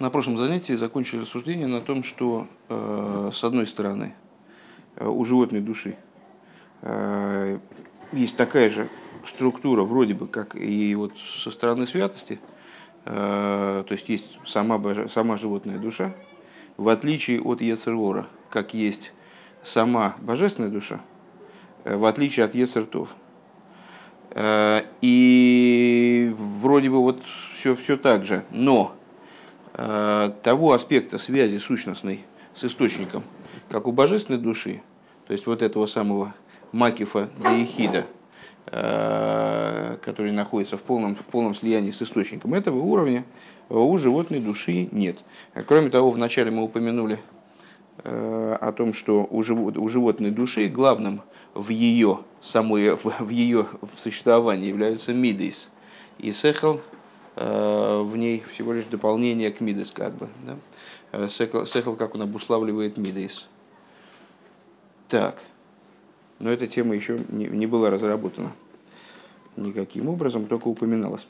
На прошлом занятии закончили рассуждение на том, что с одной стороны у животной души есть такая же структура, вроде бы, как и вот со стороны святости, то есть есть сама животная душа, в отличие от Йецер Ора, как есть сама божественная душа, в отличие от Йецер Тов. И вроде бы вот все так же, но того аспекта связи сущностной с источником, как у божественной души, то есть вот этого самого Макифа Деихида, который находится в полном слиянии с источником, этого уровня у животной души нет. Кроме того, вначале мы упомянули о том, что у животной души главным в ее существовании являются мидейс, и сехал в ней всего лишь дополнение к мидейс, как бы. Да? Сехал, как он обуславливает мидейс. Так. Но эта тема еще не была разработана никаким образом, только упоминалась.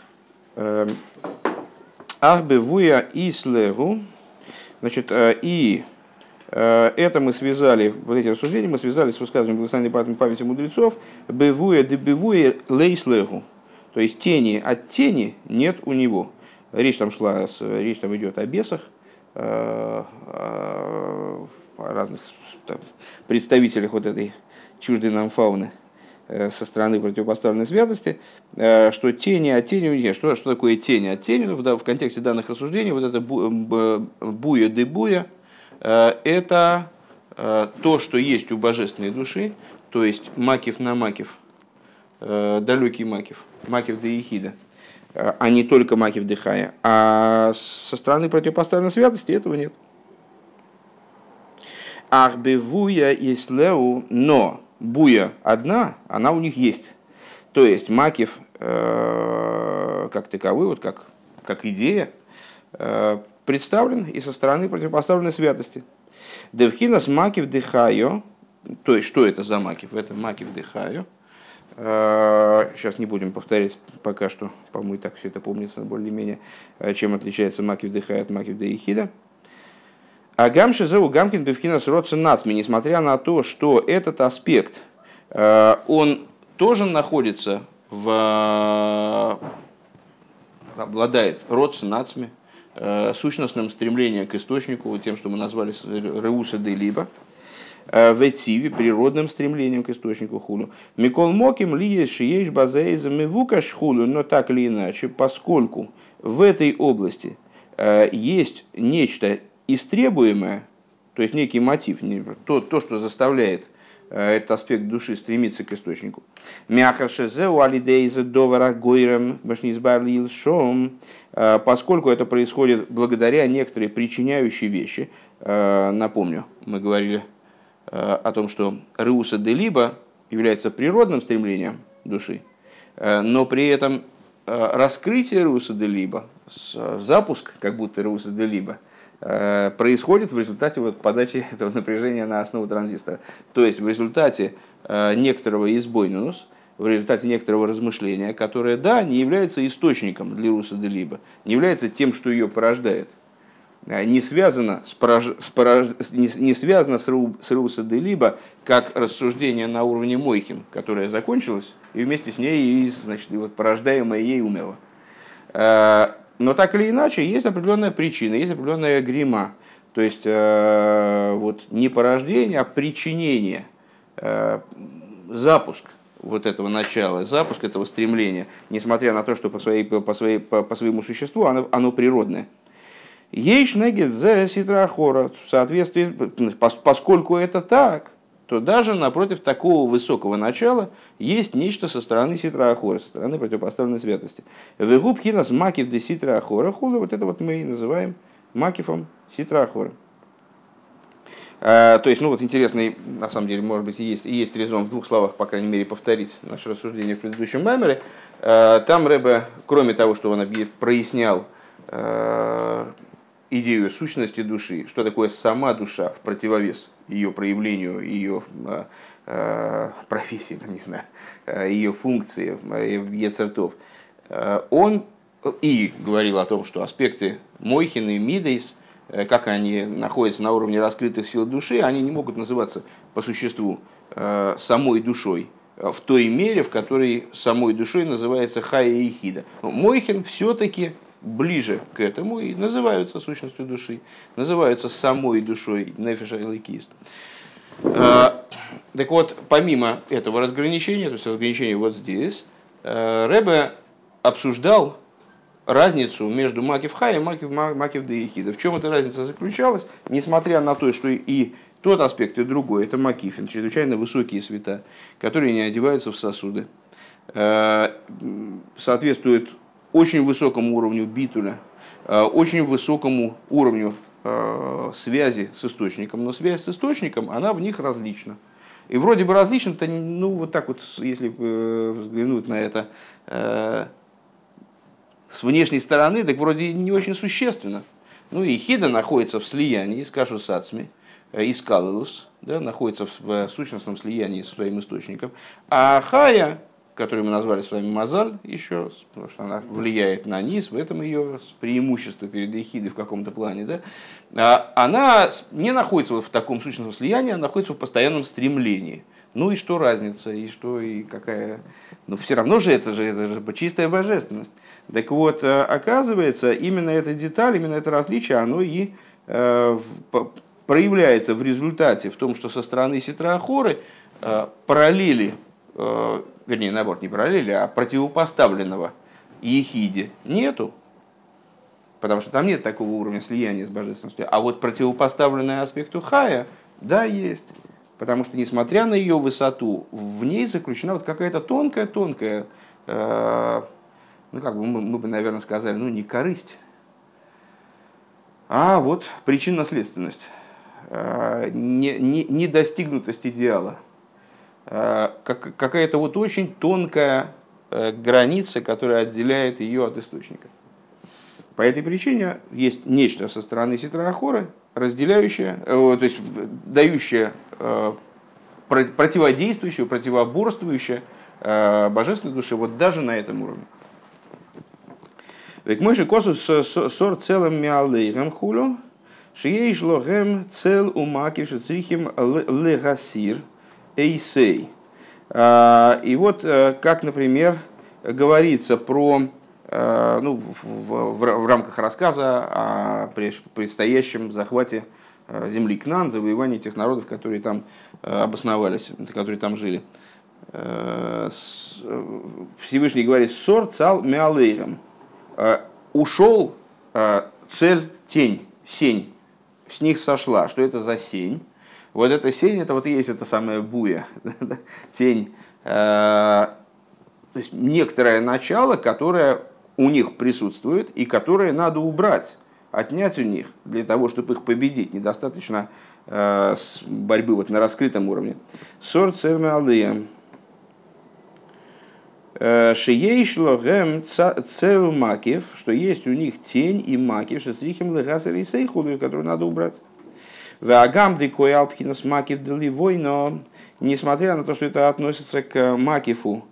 Ахбевуя и слегу. Значит, и это мы связали, вот эти рассуждения мы связали с высказыванием благословенной памяти мудрецов. Бевуя де бевуя лейслегу. То есть тени от тени нет у него. Речь там идет о бесах, разных представителях вот этой чуждой нам фауны со стороны противопоставленной святости, что тени от тени у них. Что такое тени от тени? В контексте данных рассуждений вот это буя де буя, это то, что есть у божественной души, то есть макив на макив, далекий макив, макив де ехида, а не только макив де хая. А со стороны противопоставленной святости этого нет. Ах бевуя есть леу, но буя одна, она у них есть. То есть макив как таковой, вот как идея, представлен и со стороны противопоставленной святости. Девхинас макив дехайо, то есть что это за макив? Это макив дехайо. Сейчас не будем повторять пока что, по-моему, и так все это помнится более-менее, чем отличается макив дехайо от макив деихида. А гамшизеу гамкин бевхинас родсен нацми, несмотря на то, что этот аспект, он тоже находится обладает родсен нацми, сущностным стремлением к источнику, тем, что мы назвали реуса де либо, в этиве, природным стремлением к источнику хулу. Микол моким ли шиеш базаиза мивукаш хулу, но так или иначе, поскольку в этой области есть нечто истребуемое, то есть некий мотив, то, что заставляет этот аспект души стремиться к источнику. Поскольку это происходит благодаря некоторой причиняющей вещи. Напомню, мы говорили о том, что Реуса де Либо является природным стремлением души, но при этом раскрытие Реуса де Либо, запуск как будто Реуса де Либо, происходит в результате подачи этого напряжения на основу транзистора. То есть в результате некоторого избойнунус, в результате некоторого размышления, которое, да, не является источником для Руса де Либо, не является тем, что ее порождает, не связано с Руса де Либо, как рассуждение на уровне Мойхин, которое закончилось, и вместе с ней, значит, порождаемое ей умерло. Но так или иначе, есть определенная причина, есть определенная грима. То есть, не порождение, а причинение, запуск вот этого начала, запуск этого стремления, несмотря на то, что по своему существу оно природное. Ейш негет зе ситра ахора, в соответствии, поскольку это так, то даже напротив такого высокого начала есть нечто со стороны ситра ахора, со стороны противопоставленной святости. Вегуб хинас макив де ситра ахора хула, вот это мы и называем макифом ситра ахора. То есть, интересный, на самом деле, может быть, есть резон в двух словах, по крайней мере, повторить наше рассуждение в предыдущем маймере. Там Ребе, кроме того, что он прояснял идею сущности души, что такое сама душа в противовес ее проявлению, ее профессии, ее функции, Йецер Тов, он и говорил о том, что аспекты Мойхин и Мидейс, как они находятся на уровне раскрытых сил души, они не могут называться по существу самой душой в той мере, в которой самой душой называется Хая и Хида. Мойхин все-таки ближе к этому и называются сущностью души, называются самой душой Нефеш Элокис. Так вот, помимо этого разграничения, то есть разграничения вот здесь, Ребе обсуждал разницу между Макив Хай и Макив Деихида. В чем эта разница заключалась? Несмотря на то, что и тот аспект, и другой, это Макифин, чрезвычайно высокие света, которые не одеваются в сосуды, соответствуют очень высокому уровню битуля, очень высокому уровню связи с источником. Но связь с источником, она в них различна. И вроде бы различно-то, ну вот так вот, если взглянуть на это с внешней стороны, так вроде не очень существенно. Ну и Хида находится в слиянии с Кашу Сацми, и с Калилус, да, находится в сущностном слиянии со своим источником. А Хая, которую мы назвали с вами Мазаль еще, потому что она влияет на низ, в этом ее преимущество перед Эхидой в каком-то плане, да, она не находится вот в таком сущностном слиянии, она находится в постоянном стремлении. Ну и что разница, и что, и какая... Но все равно же это же чистая божественность. Так вот, оказывается, именно эта деталь, именно это различие, оно и проявляется в результате в том, что со стороны Ситра Ахоры параллели, вернее, наоборот, не параллели, а противопоставленного Ехиде нету, потому что там нет такого уровня слияния с божественностью. А вот противопоставленное аспекту Хая, да, есть. Потому что, несмотря на ее высоту, в ней заключена вот какая-то тонкая, ну, как бы мы бы, наверное, сказали, ну, не корысть, а вот причинно-следственность, недостигнутость идеала. Какая-то вот очень тонкая граница, которая отделяет ее от источника. По этой причине есть нечто со стороны Ситра Ахоры, разделяющее, то есть дающее, противодействующее, противоборствующее божественной душе вот даже на этом уровне. Ведь мы же косу сор целым миалейрем хулю, шиеиш логем цел умакив шицрихим легасир эйсей. И вот, как, например, говорится про, ну, в рамках рассказа о предстоящем захвате земли Кнаан, завоевании тех народов, которые там обосновались, которые там жили. Всевышний говорит: «Сор цал миалейрем». Ушел цель, тень, сень, с них сошла. Что это за сень? Вот эта сень, это вот и есть это самое буя, тень. То есть некоторое начало, которое у них присутствует и которое надо убрать, отнять у них для того, чтобы их победить. Недостаточно борьбы вот на раскрытом уровне. Сор церме алеем. Шиейшло гэм церу макив, что есть у них тень и макив, что срихим легасер и сейхуду, которую надо убрать. Вагам декой алпхинус макив деливой, но несмотря на то, что это относится к макифу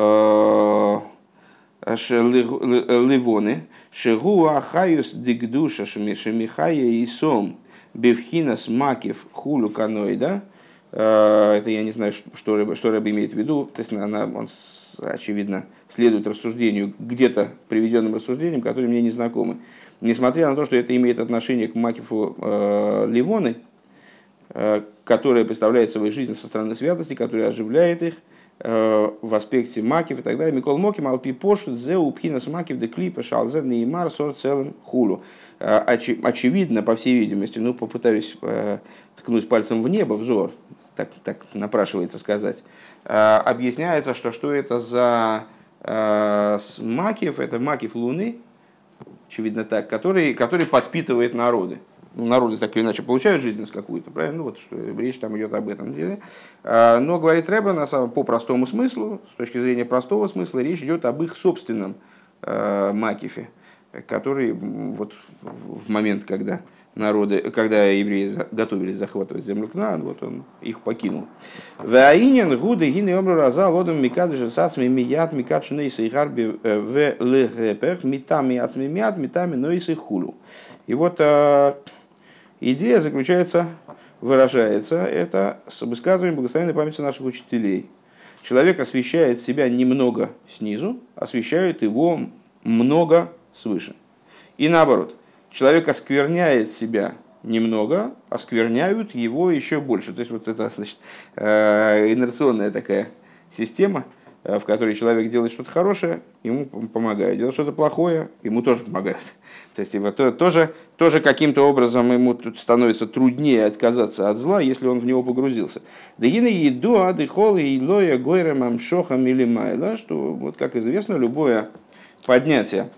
ливоны, шегуа хаюс дигдуша шемихая и сом бевхинас макив хулу каноида. Это я не знаю, что Рэбе имеет в виду. То есть он, очевидно, следует рассуждению, где-то приведенным рассуждениям, которые мне не знакомы. Несмотря на то, что это имеет отношение к макифу ливоны, которая представляет собой жизнь со стороны святости, которая оживляет их в аспекте макив и так далее. Микол моким алпи пошут зеу пхинас макив де клипа шалзе неймар сор целым хулу. Очевидно, по всей видимости, ну попытаюсь ткнуть пальцем в небо, взор, так напрашивается сказать, объясняется, что это за макив, это макив Луны, очевидно так, который подпитывает народы. Ну, народы так или иначе получают жизненность какую-то, правильно? Ну, вот что речь там идет об этом деле. Но, говорит Рэбе, по простому смыслу, с точки зрения простого смысла, речь идет об их собственном макифе, который вот в момент, когда народы, когда евреи готовились захватывать землю Кнаан, вот он их покинул. Ваинен гуды гины омру раза лодом микадыш сасми мият микадш нейсы и гарби в легепех митами ацми мият митами нойсы хулу. И вот идея заключается, выражается это с высказыванием благословенной памяти наших учителей. Человек освещает себя немного снизу, освещает его много свыше. И наоборот, человек оскверняет себя немного, оскверняют его еще больше. То есть вот это, значит, инерционная такая система, в которой человек делает что-то хорошее, ему помогают, делает что-то плохое, ему тоже помогают. То есть тоже каким-то образом ему тут становится труднее отказаться от зла, если он в него погрузился. Дагины еду, адыхол, и лоя, гойрем, амшохам или майла, что, вот как известно, любое поднятие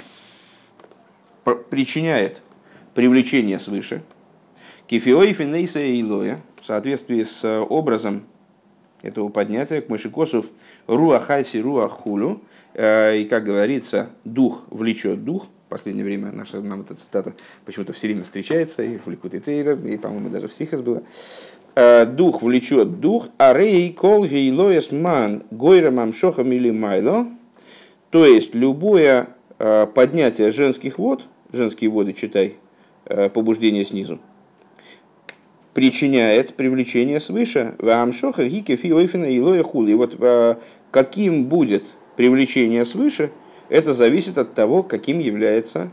причиняет привлечение свыше. Кифиой финейса и лоя, в соответствии с образом этого поднятия, к мышикосов руахайси руахулю, и, как говорится, дух влечет дух. В последнее время нам эта цитата почему-то все время встречается, и в Ликут Тейра, и, по-моему, даже в Сихас было. Дух влечет дух, а рей кол гейлоес ман гойрам амшохам или майло, то есть любое поднятие женских вод, женские воды, читай, побуждение снизу, причиняет привлечение свыше. Ваамшоха гикефи ойфина илоя хули. И вот каким будет привлечение свыше, это зависит от того, каким является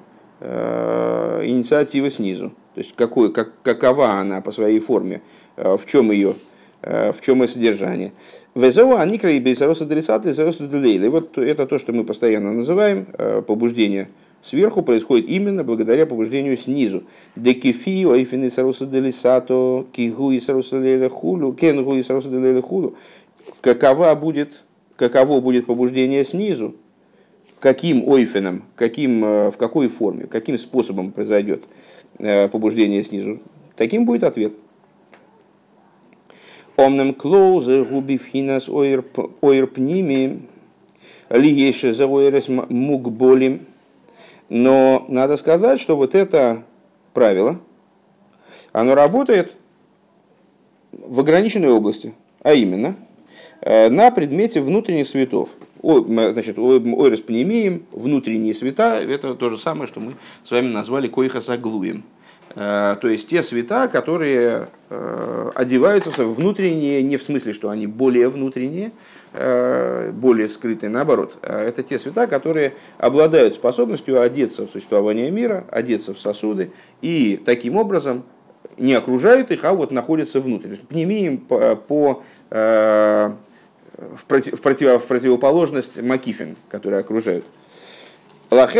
инициатива снизу. То есть какова она по своей форме, в чем ее содержание. Везеу аникра и бейсароса дрисаты, и делейли. Вот это то, что мы постоянно называем побуждение сверху, происходит именно благодаря побуждению снизу. Декифи ойфины сароса делисато, кигу и сароса делейли хулу, кенгу и сароса делейли хулу. Каково будет побуждение снизу? Каким ойфеном, в какой форме, каким способом произойдет побуждение снизу? Таким будет ответ. Омнем клоузе губивхинас ойрпними лигейше заойрес мукболим. Но надо сказать, что вот это правило, оно работает в ограниченной области, а именно на предмете внутренних светов. Значит, ойрес пнемием, внутренние света, это то же самое, что мы с вами назвали койхас аглуем. То есть те света, которые одеваются в внутренние, не в смысле, что они более внутренние, более скрытые, наоборот. Это те света, которые обладают способностью одеться в существование мира, одеться в сосуды, и таким образом не окружают их, а вот находятся внутри. Пнемием в противоположность макифин, которые окружают. И вот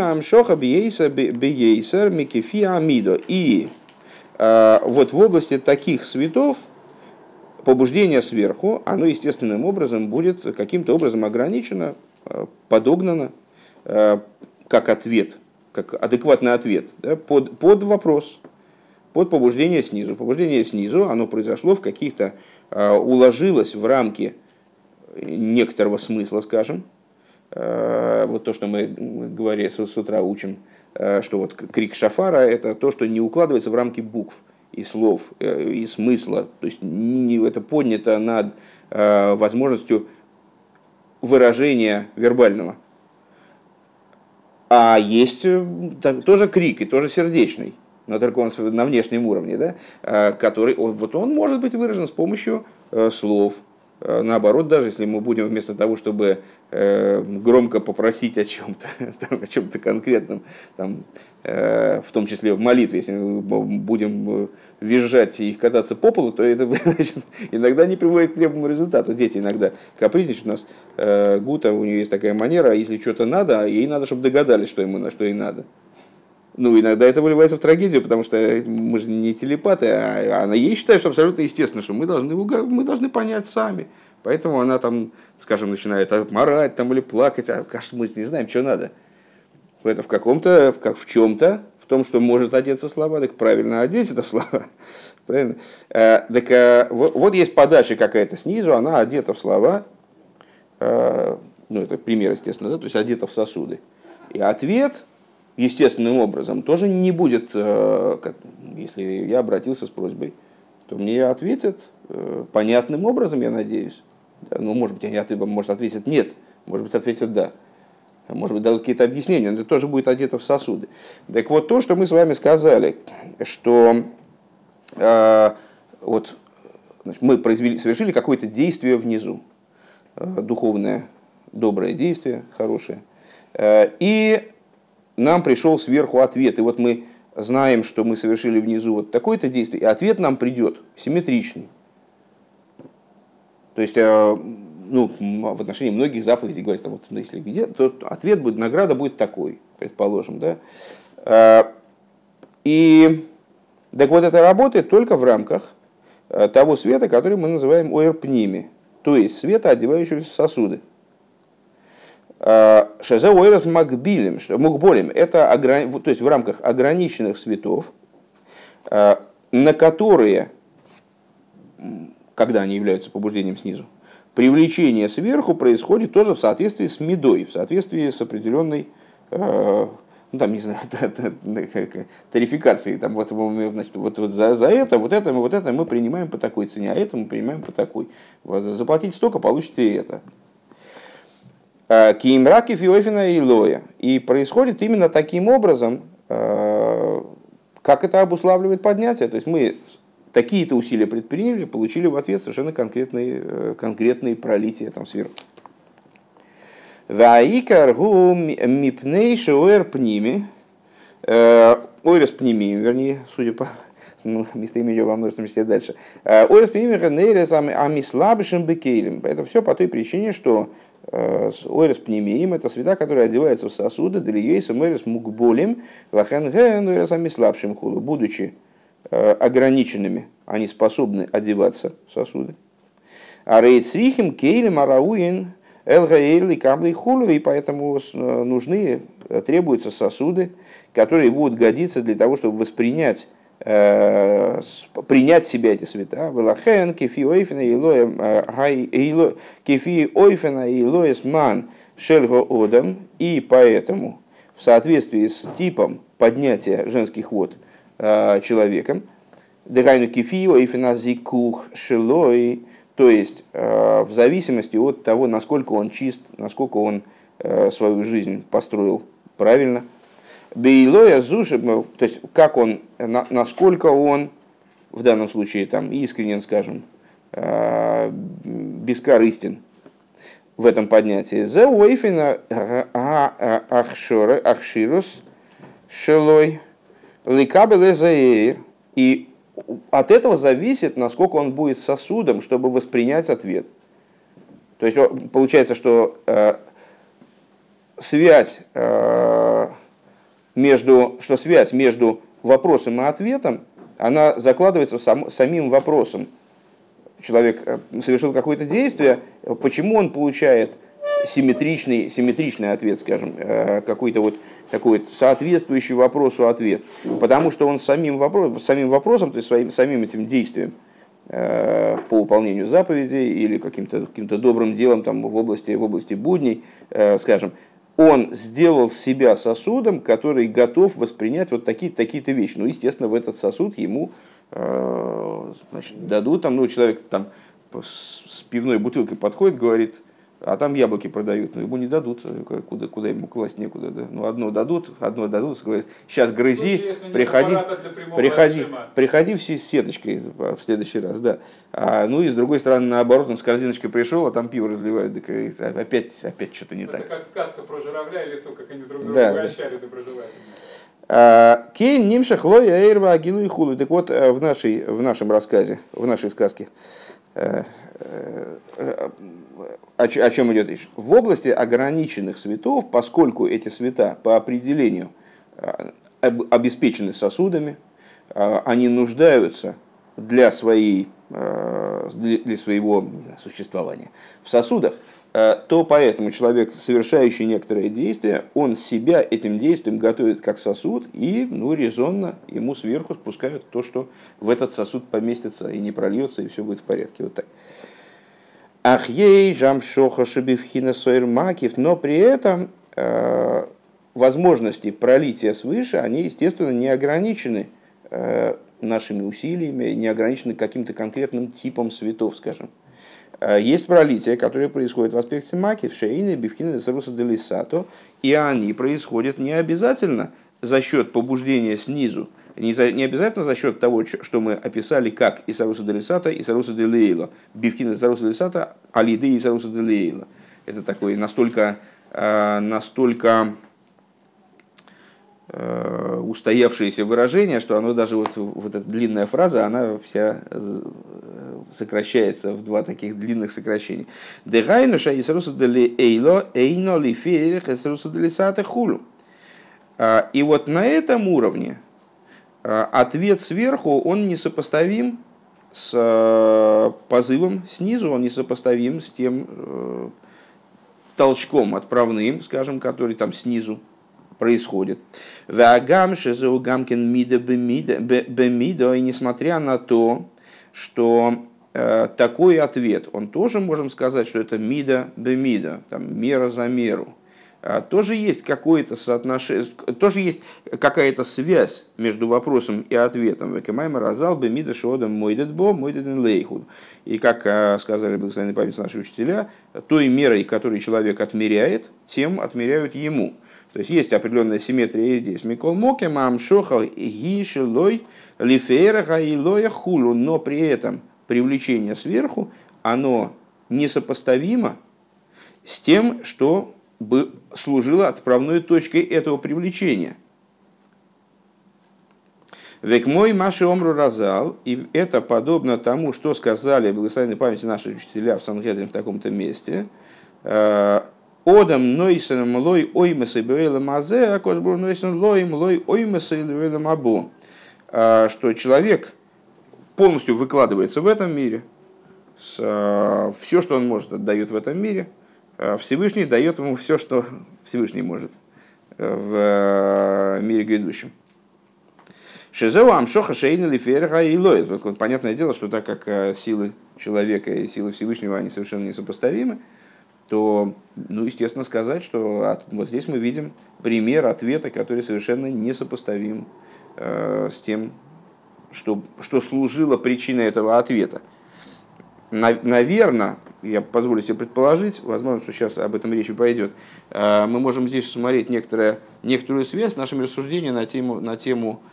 в области таких светов побуждение сверху, оно естественным образом будет каким-то образом ограничено, подогнано как ответ, как адекватный ответ, да, под вопрос, под побуждение снизу. Побуждение снизу, оно произошло в каких-то, уложилось в рамки некоторого смысла, скажем. Вот то, что мы говорили с утра учим, что вот крик шафара – это то, что не укладывается в рамки букв и слов, и смысла. То есть это поднято над возможностью выражения вербального. А есть тоже крик, и тоже сердечный, но только он на внешнем уровне, да, который он может быть выражен с помощью слов. Наоборот, даже если мы будем вместо того, чтобы громко попросить о чем-то конкретном, в том числе в молитве, если мы будем визжать и кататься по полу, то это, значит, иногда не приводит к требуемому результату. Дети иногда капризничают. У нас Гута, у нее есть такая манера, если что-то надо, ей надо, чтобы догадались, что ей надо. Ну, иногда это выливается в трагедию, потому что мы же не телепаты, а она ей считает, что абсолютно естественно, что мы должны понять сами. Поэтому она там, скажем, начинает орать там, или плакать, а мы не знаем, что надо. Это в чем-то, в том, что может одеться в слова, так правильно одеть это в слова. Правильно? Вот есть подача какая-то снизу, она одета в слова, ну, это пример, естественно, да? То есть одета в сосуды. И ответ естественным образом тоже не будет если я обратился с просьбой, то мне ответят понятным образом, я надеюсь. Да, ну, может быть, они может, ответят нет, может быть, ответят да. Может быть, дадут какие-то объяснения, но это тоже будет одето в сосуды. Так вот, то, что мы с вами сказали, что вот, значит, мы совершили какое-то действие внизу, духовное, доброе действие, хорошее, и нам пришел сверху ответ. И вот мы знаем, что мы совершили внизу вот такое-то действие, и ответ нам придет симметричный. То есть, ну, в отношении многих заповедей говорится, вот, если где, то ответ будет, награда будет такой, предположим, да. И так вот это работает только в рамках того света, который мы называем ойрпними, то есть света, одевающегося в сосуды. Шезе ойров макбилем, мукболем, это то есть в рамках ограниченных светов, на которые, когда они являются побуждением снизу, привлечение сверху происходит тоже в соответствии с медой, в соответствии с определенной, ну, там, не знаю, тарификацией. Там, значит, вот за это мы принимаем по такой цене, а это мы принимаем по такой. Вот, заплатите столько, получите это. Киимраки фиофина и лоя. И происходит именно таким образом, как это обуславливает поднятие. То есть мы такие-то усилия предприняли, получили в ответ совершенно конкретные пролития там сверху. Ваикар гу мипней шуэр пними, ойрес пними, вернее, судя по местоимению во множественном числе дальше. Ойрес пними нейрес амислабишем бекейлем. Это все по той причине, что ойрес пнемиим — это света, которые одеваются в сосуды, делиейсом ойрес мукболем, лахенген ойрес амислабшим хулу. Будучи ограниченными, они способны одеваться в сосуды. А рейцрихим кейлем арауин элгаэйли камлей хулу, и поэтому требуются сосуды, которые будут годиться для того, чтобы воспринять, принять в себя эти света. Велахен кефи ойфена и лоэс ман шельго одам, и поэтому в соответствии с типом поднятия женских вод человеком, дыхайну кефи ойфена зикух шелой, то есть в зависимости от того, насколько он чист, насколько он свою жизнь построил правильно, бейлоя зуши, то есть как он, насколько он в данном случае там искренен, скажем, бескорыстен в этом поднятии. За уэйфина ахширус шелой ликабеле заэйр, и от этого зависит, насколько он будет сосудом, чтобы воспринять ответ. То есть получается, что связь между вопросом и ответом, она закладывается самим вопросом. Человек совершил какое-то действие, почему он получает симметричный ответ, скажем, какой-то вот такой вот соответствующий вопросу ответ. Потому что он самим вопросом, то есть самим этим действием по выполнению заповедей или каким-то добрым делом там, в области будней, скажем, он сделал себя сосудом, который готов воспринять вот такие-то вещи. Ну, естественно, в этот сосуд ему дадут, там, ну, человек там с пивной бутылкой подходит, говорит, а там яблоки продают, но ему не дадут, куда ему класть некуда. Да? Ну, одно дадут, говорят, сейчас грызи, приходи все с сеточкой в следующий раз. Да. Ну и с другой стороны, наоборот, он с корзиночкой пришел, а там пиво разливают, так, опять что-то не так. Это как сказка про журавля и лису, как они друг друга угощали до проживания. Кейн нимшах лоя эйрва агилу и хулу. Так вот, в нашем рассказе, в нашей сказке, о чем идет речь? В области ограниченных светов, поскольку эти света по определению обеспечены сосудами, они нуждаются для своего существования в сосудах, то поэтому человек, совершающий некоторое действие, он себя этим действием готовит как сосуд, и резонно ему сверху спускают то, что в этот сосуд поместится и не прольется, и все будет в порядке. Вот так. Ахьей жамшоха шебивхина сойрмакив, но при этом возможности пролития свыше, они, естественно, не ограничены нашими усилиями, не ограничены каким-то конкретным типом светов, скажем. Есть пролития, которые происходят в аспекте маки, в шейне, бифхины, десаруса делисато, и они происходят не обязательно за счет побуждения снизу, не обязательно за счет того, что мы описали как Исаруса делисата, Исаруса делейла, бифхины, Исаруса делисата, алиды, Исаруса делейла. Это такое настолько устоявшееся выражение, что оно даже вот эта длинная фраза, она вся сокращается в два таких длинных сокращения. Дегайнуша Исаруса дели эйло эйно лифеер Исаруса делисата хулу. И вот на этом уровне ответ сверху, он несопоставим с позывом снизу, он несопоставим с тем толчком отправным, скажем, который там снизу происходит. И несмотря на то, что такой ответ, он тоже можем сказать, что это мида бемида, там, мера за меру. Тоже есть какое-то соотношение, тоже есть какая-то связь между вопросом и ответом. И как сказали благословенной памяти наши учителя, той мерой, которой человек отмеряет, тем отмеряют ему. То есть есть определенная симметрия и здесь. Микол моке мамшоха гишелой лифейраха илоя хулу, но при этом привлечение сверху, оно несопоставимо с тем, что бы служило отправной точкой этого привлечения. Век мой маши омру разал, и это подобно тому, что сказали благословенной памяти наши учителя в Сангедре в таком-то месте. Одам нойсен млой оймесы бейлем азе, а косбур нойсен лой млой оймесы бейлем або. Что человек полностью выкладывается в этом мире, все, что он может, отдает в этом мире. Всевышний дает ему все, что Всевышний может в мире грядущем. Шизеу амшоха шейна лиферха и лоид. Понятное дело, что так как силы человека и силы Всевышнего, они совершенно несопоставимы, то, естественно, сказать, что вот здесь мы видим пример ответа, который совершенно несопоставим с тем, что служило причиной этого ответа. Наверное, я позволю себе предположить, возможно, что сейчас об этом речь и пойдет, мы можем здесь смотреть некоторую связь с нашими рассуждениями на тему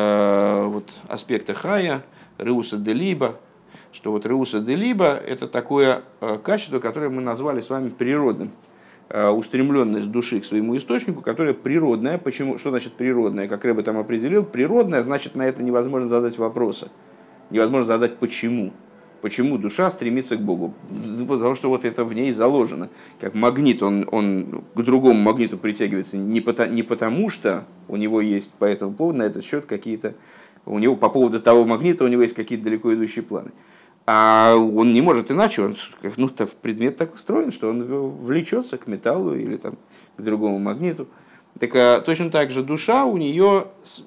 аспекта хая, реуса де либо, что вот реуса де либо это такое качество, которое мы назвали с вами природным, устремленность души к своему источнику, которое природное. Почему? Что значит природное? Как Рэбе там определил, природное значит, на это невозможно задать вопроса, невозможно задать почему. Почему душа стремится к Богу? Потому что вот это в ней заложено. Как магнит, он к другому магниту притягивается не потому, что у него есть по этому поводу на этот счет какие-то... У него по поводу того магнита у него есть какие-то далеко идущие планы. А он не может иначе. Предмет так устроен, что он влечется к металлу или там, к другому магниту. Так точно так же душа, у нее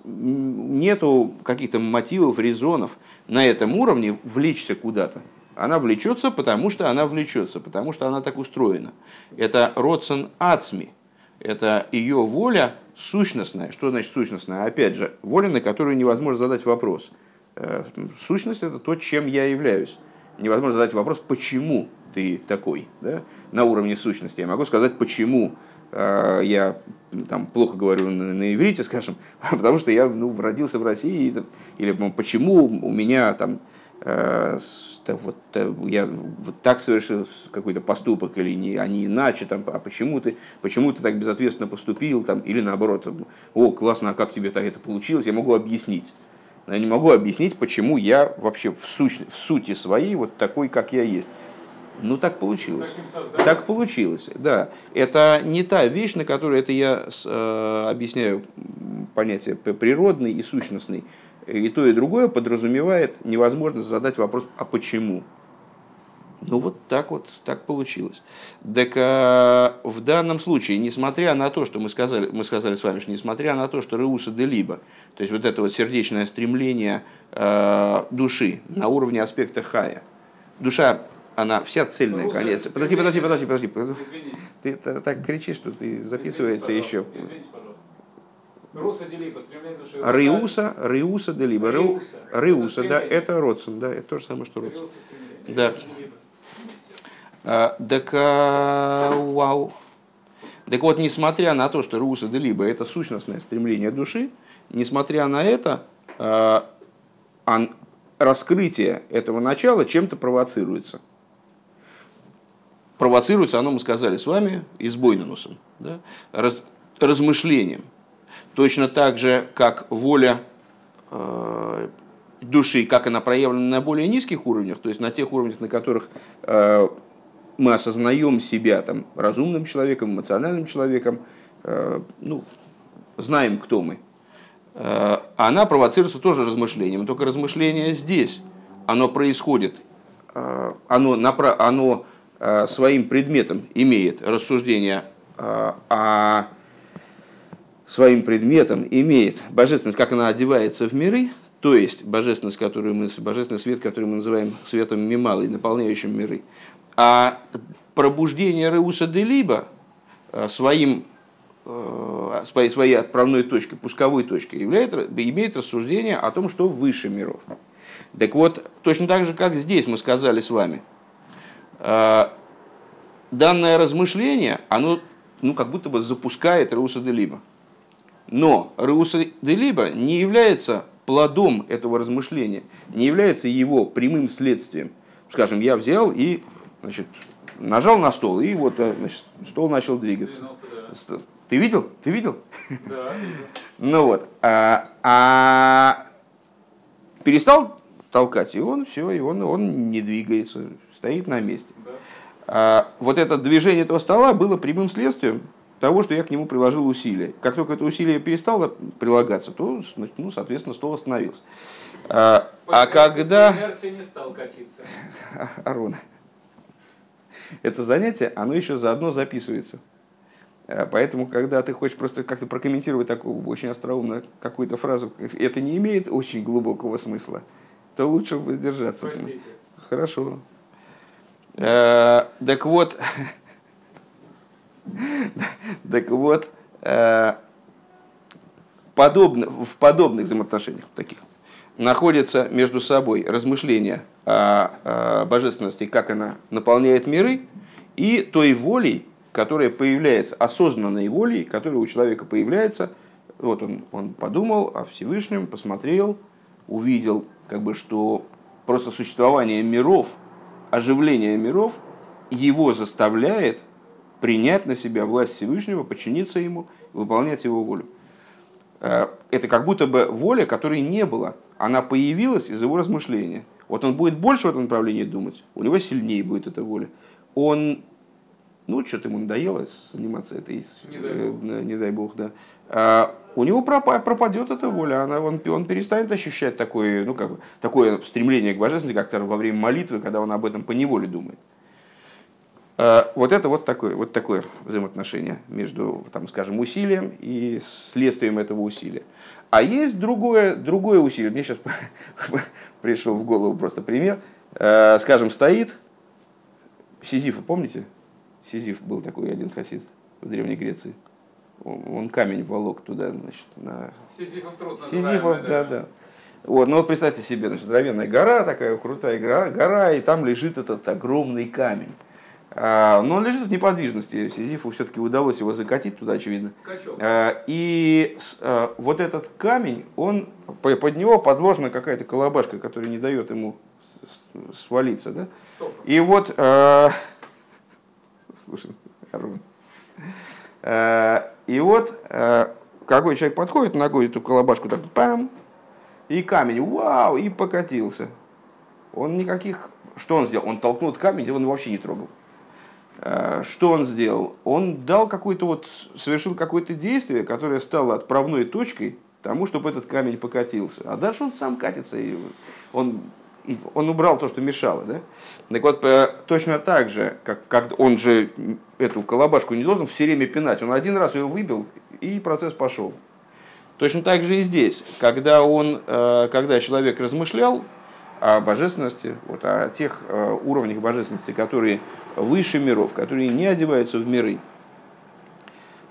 нету каких-то мотивов, резонов на этом уровне влечься куда-то. Она влечется, потому что она влечется, потому что она так устроена. Это родсен ацми, это ее воля сущностная. Что значит сущностная? Опять же, воля, на которую невозможно задать вопрос. Сущность – это то, чем я являюсь. Невозможно задать вопрос, почему ты такой, да? На уровне сущности. Я могу сказать, почему я там, плохо говорю на иврите, скажем, потому что я родился в России, или почему у меня там, я вот так совершил какой-то поступок, или а не иначе, там, а почему ты так безответственно поступил, там, или наоборот, классно, а как тебе так это получилось, я могу объяснить. Но я не могу объяснить, почему я вообще в сути своей вот такой, как я есть. Так получилось. Так получилось, да. Это не та вещь, на которую это я объясняю понятие природный и сущностный. И то, и другое подразумевает невозможность задать вопрос, а почему? Вот так получилось. Так в данном случае, несмотря на то, что мы сказали с вами, что несмотря на то, что реуса де либо, то есть вот это вот сердечное стремление души на уровне аспекта хая, душа, она вся цельная, конец. Подожди. Извините. Ты так кричишь, что ты записывается еще. Извините, пожалуйста. Руса делиба, стремление души. Риуса делиба. Риуса, да, это родсен, да, это то же самое, что родсен. Да. Так, вау. Так вот, несмотря на то, что Риуса делиба это сущностное стремление души, несмотря на это, раскрытие этого начала чем-то провоцируется. Провоцируется оно, мы сказали с вами, избойненусом, да? Размышлением. Точно так же, как воля души, как она проявлена на более низких уровнях, то есть на тех уровнях, на которых мы осознаем себя там, разумным человеком, эмоциональным человеком, знаем, кто мы. Она провоцируется тоже размышлением. Только размышление здесь, оно происходит, оно своим предметом имеет рассуждение, своим предметом имеет божественность, как она одевается в миры, то есть божественный свет, который мы называем светом мималы, наполняющим миры. А пробуждение Реуса делиба своей отправной точкой, пусковой точкой, имеет рассуждение о том, что выше миров. Так вот, точно так же, как здесь мы сказали с вами, данное размышление, оно как будто бы запускает Реуса делиба. Но Реуса делиба не является плодом этого размышления, не является его прямым следствием. Скажем, я взял и нажал на стол, и вот стол начал двигаться. Ты видел? Ты видел? Да, видел. Вот. Перестал толкать, и он не двигается, стоит на месте. Да. Вот это движение этого стола было прямым следствием того, что я к нему приложил усилия. Как только это усилие перестало прилагаться, то, соответственно, стол остановился. Когда... инерции не стал катиться. Арон, это занятие, оно еще заодно записывается. Поэтому, когда ты хочешь просто как-то прокомментировать такую очень остроумно какую-то фразу, это не имеет очень глубокого смысла, то лучше воздержаться. Простите. Хорошо. Так вот, в подобных взаимоотношениях таких находятся между собой размышления о божественности, как она наполняет миры, и той волей, которая появляется, осознанной волей, которая у человека появляется. Вот он подумал о Всевышнем, посмотрел, увидел, что просто существование миров, оживление миров его заставляет принять на себя власть Всевышнего, подчиниться ему, выполнять его волю. Это как будто бы воля, которой не было. Она появилась из его размышления. Вот он будет больше в этом направлении думать, у него сильнее будет эта воля. Он, что-то ему надоело заниматься этой, не дай бог, да. У него пропадет эта воля, он перестанет ощущать такое стремление к божественности, как во время молитвы, когда он об этом поневоле думает. Вот это вот такое взаимоотношение между, скажем, усилием и следствием этого усилия. А есть другое усилие. Мне сейчас пришел в голову просто пример. Скажем, стоит Сизифа, помните? Сизиф был такой один хасид в Древней Греции. Он камень волок туда, Сизифов труд. Сизифов, да. Вот, представьте себе, здоровенная гора, такая крутая гора, и там лежит этот огромный камень. Но он лежит в неподвижности. Сизифу все-таки удалось его закатить туда, очевидно. И вот этот камень, под него подложена какая-то колобашка, которая не дает ему свалиться. Да? И вот... Слушай, Арон. И вот какой человек подходит, ногой эту колобашку так пам, и камень, вау, и покатился. Он никаких... Что он сделал? Он толкнул камень, он вообще не трогал. Что он сделал? Он совершил какое-то действие, которое стало отправной точкой тому, чтобы этот камень покатился. А дальше он сам катится, и он убрал то, что мешало. Да? Так вот, точно так же, как он же эту колобашку не должен все время пинать. Он один раз ее выбил, и процесс пошел. Точно так же и здесь. Когда человек размышлял о божественности, о тех уровнях божественности, которые выше миров, которые не одеваются в миры,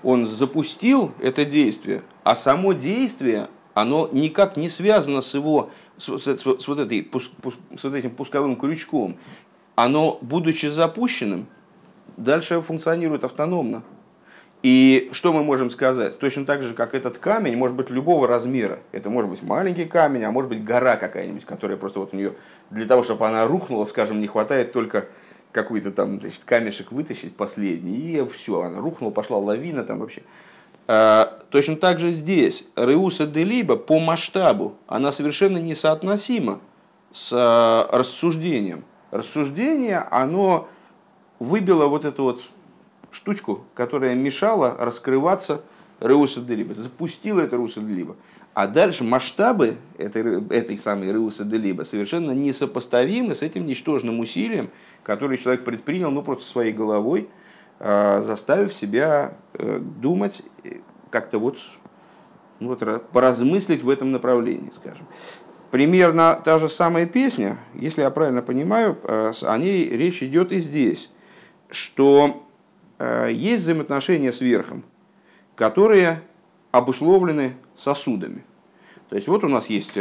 он запустил это действие, а само действие, оно никак не связано с его, с вот этим пусковым крючком. Оно, будучи запущенным, дальше функционирует автономно. И что мы можем сказать? Точно так же, как этот камень может быть любого размера. Это может быть маленький камень, а может быть гора какая-нибудь, которая просто вот у нее, для того, чтобы она рухнула, скажем, не хватает только какой-то там, значит, камешек вытащить последний, и все, она рухнула, пошла лавина там вообще. Точно так же здесь. Реуса де либо по масштабу, она совершенно несоотносима с рассуждением. Рассуждение, оно выбило вот эту вот штучку, которая мешала раскрываться Реуса де либо, запустила это Реуса де либо. А дальше масштабы этой самой Реуса де либо совершенно несопоставимы с этим ничтожным усилием, которое человек предпринял, ну, просто своей головой, заставив себя думать, как-то вот поразмыслить в этом направлении, скажем. Примерно та же самая песня, если я правильно понимаю, о ней речь идет и здесь, что есть взаимоотношения с верхом, которые обусловлены сосудами. То есть вот у нас есть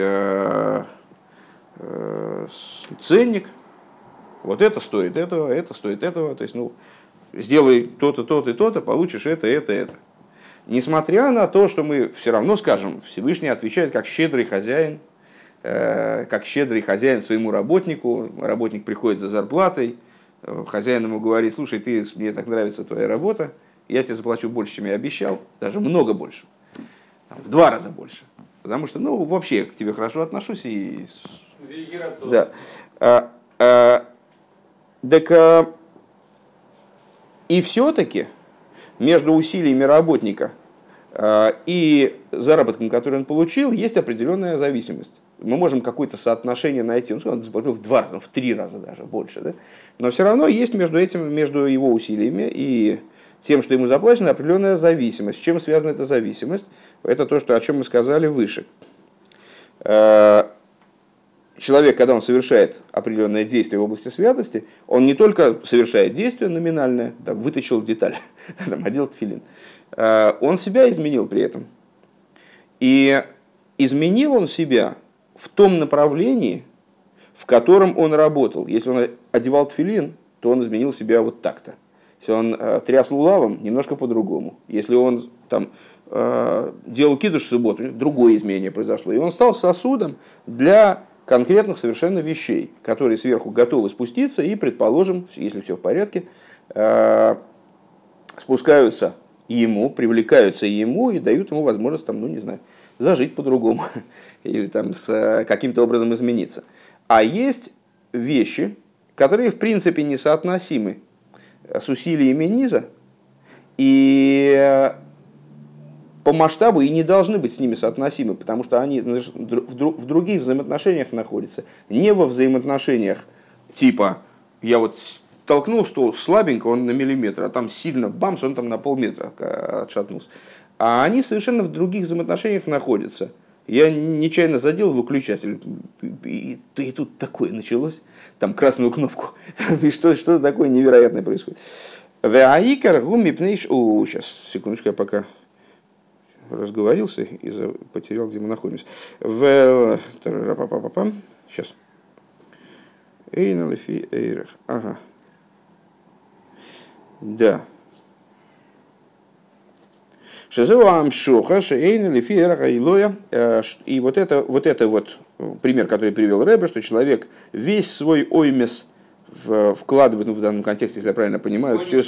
ценник, вот это стоит этого, это стоит этого, то есть, ну, сделай то-то, то-то и то-то, получишь это. Несмотря на то, что мы все равно скажем, Всевышний отвечает как щедрый хозяин своему работнику, работник приходит за зарплатой, хозяин ему говорит: слушай, мне так нравится твоя работа, я тебе заплачу больше, чем я обещал, даже много больше, в 2 раза больше, потому что, ну, вообще я к тебе хорошо отношусь. И... Да. Так, и все-таки между усилиями работника и заработком, который он получил, есть определенная зависимость. Мы можем какое-то соотношение найти, он заплатил в 2 раза, в 3 раза даже больше, да? Но все равно есть между его усилиями и тем, что ему заплачено, определенная зависимость. С чем связана эта зависимость? Это то, о чем мы сказали выше. Человек, когда он совершает определенное действие в области святости, он не только совершает действие номинальное, там, вытащил деталь, там, одел тфилин, он себя изменил при этом. И изменил он себя в том направлении, в котором он работал. Если он одевал тфилин, то он изменил себя вот так-то. Если он тряс лулавом, немножко по-другому. Если он там делал кидуш в субботу, другое изменение произошло. И он стал сосудом для конкретных совершенно вещей, которые сверху готовы спуститься и, предположим, если все в порядке, спускаются ему, привлекаются ему и дают ему возможность, там, ну, не знаю, зажить по-другому или там каким-то образом измениться. А есть вещи, которые в принципе несоотносимы с усилиями низа и по масштабу и не должны быть с ними соотносимы, потому что они в других взаимоотношениях находятся. Не во взаимоотношениях типа я вот толкнул стол слабенько, он на миллиметр, а там сильно бамс, он там на полметра отшатнулся. А они совершенно в других взаимоотношениях находятся. Я нечаянно задел выключатель, и тут такое началось, там красную кнопку, и что-то такое невероятное происходит. Сейчас, секундочку, я пока разговорился и потерял, где мы находимся. Сейчас. Ага. Да. И вот это пример, который привел Ребе, что человек весь свой оймес вкладывает, ну, в данном контексте, если я правильно понимаю, все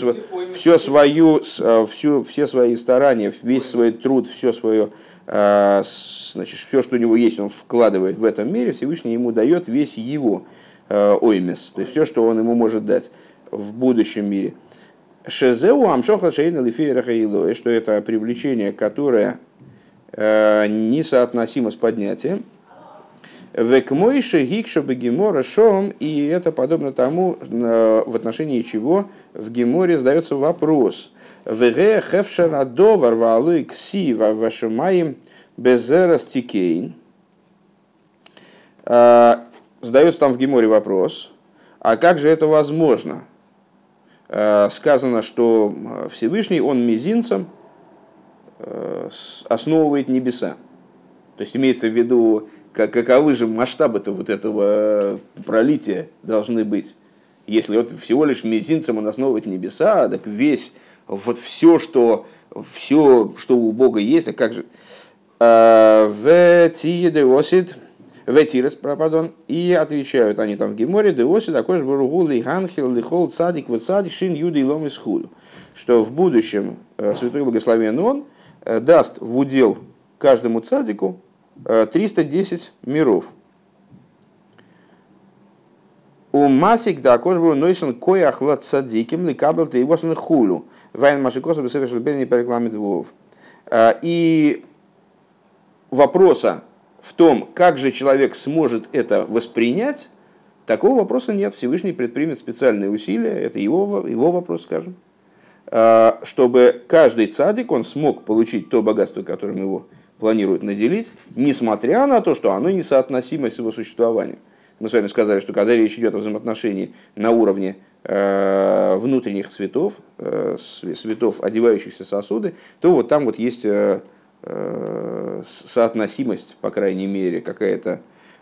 свои старания, весь свой труд, все свое, значит, все, что у него есть, он вкладывает в этом мире, Всевышний ему дает весь его оймес, то есть все, что он ему может дать в будущем мире. Шезеу амшоха шейна лифея рахаило, что это привлечение, которое несоотносимо с поднятием. Векмойше гикша бегемора шом, и это подобно тому, в отношении чего в Геморе задается вопрос. Веге хефшара довар валуй кси вашумаим безерас тикейн. Задается там в Геморе вопрос, а как же это возможно? Сказано, что Всевышний, он мизинцем основывает небеса. То есть имеется в виду, каковы же масштабы-то вот этого пролития должны быть. Если вот всего лишь мизинцем он основывает небеса, так весь, вот все, что у Бога есть, а как же... Ветирес, пардон, и отвечают они там в Геморе, деоси такой же буругу лиханхил лихол цадик вот цадик шин юда и лом исхуду, что в будущем святой благословен он даст в удел каждому цадику 310 миров. У масик да кожбу нойсон кояхла цадиким ликабел ты его хулу вайн машикоса бы совершил бедный по рекламе двух. И вопроса в том, как же человек сможет это воспринять, такого вопроса нет. Всевышний предпримет специальные усилия, это его вопрос, скажем, чтобы каждый цадик, он смог получить то богатство, которым его планируют наделить, несмотря на то, что оно несоотносимо с его существованием. Мы с вами сказали, что когда речь идет о взаимоотношении на уровне внутренних цветов, одевающихся сосуды, то вот там вот есть соотносимость, по крайней мере, какая-то,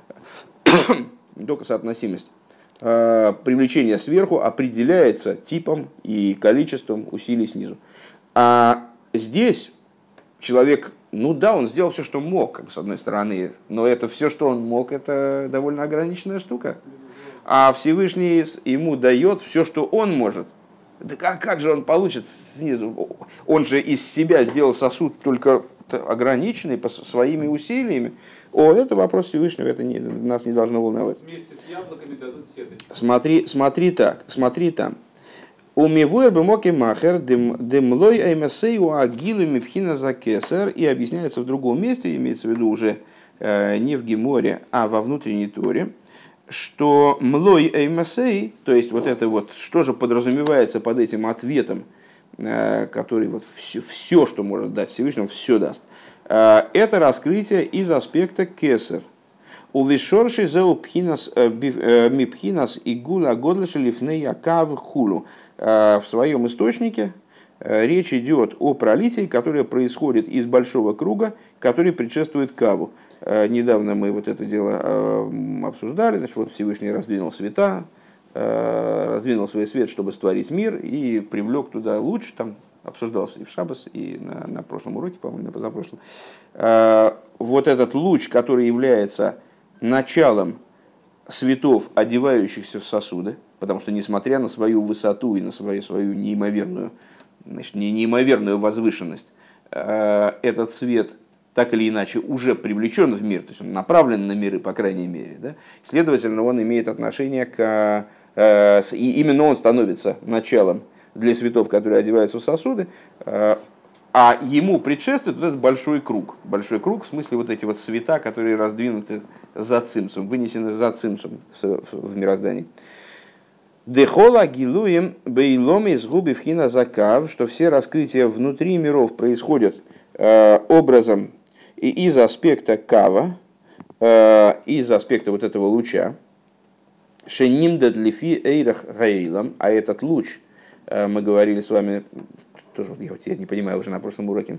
не только соотносимость, привлечение сверху определяется типом и количеством усилий снизу. А здесь человек, ну да, он сделал все, что мог, как бы, с одной стороны, но это все, что он мог, это довольно ограниченная штука. А Всевышний ему дает все, что он может. Да как же он получит снизу? Он же из себя сделал сосуд только ограниченный своими усилиями. Это вопрос Всевышнего, это нас не должно волновать. Вместе с яблоками дадут сеточку. Смотри там. Умивуэр бы моки махер демлой аймасею агилу мипхина за кесар. И объясняется в другом месте, имеется в виду уже не в Геморе, а во внутренней Торе, что млой аймасей, то есть вот это вот, что же подразумевается под этим ответом, который вот все, что может дать Всевышнему, все даст. Это раскрытие из аспекта кесар. Увешорши зеу мипхинас и гула годлеши лифней акав хулу. В своем источнике речь идет о пролитии, которое происходит из большого круга, который предшествует каву. Недавно мы вот это дело обсуждали. Значит, вот Всевышний раздвинул света, раздвинул свой свет, чтобы створить мир, и привлек туда луч, там обсуждалось и в Шаббас, и на прошлом уроке, по-моему, на позапрошлом. Вот этот луч, который является началом светов, одевающихся в сосуды, потому что, несмотря на свою высоту и на свою неимоверную, значит, неимоверную возвышенность, этот свет так или иначе уже привлечен в мир, то есть он направлен на миры, по крайней мере. Да? Следовательно, он имеет отношение и именно он становится началом для светов, которые одеваются в сосуды, а ему предшествует вот этот большой круг. Большой круг в смысле вот эти вот света, которые раздвинуты за цимсум, вынесены за цимсум в мироздании. Дехола гилуем бейломи сгуби вхина закав, что все раскрытия внутри миров происходят образом и из аспекта кава, из аспекта вот этого луча. Шенимдад лифи эйрах гаилам, а этот луч, мы говорили с вами, тоже я теперь не понимаю уже на прошлом уроке,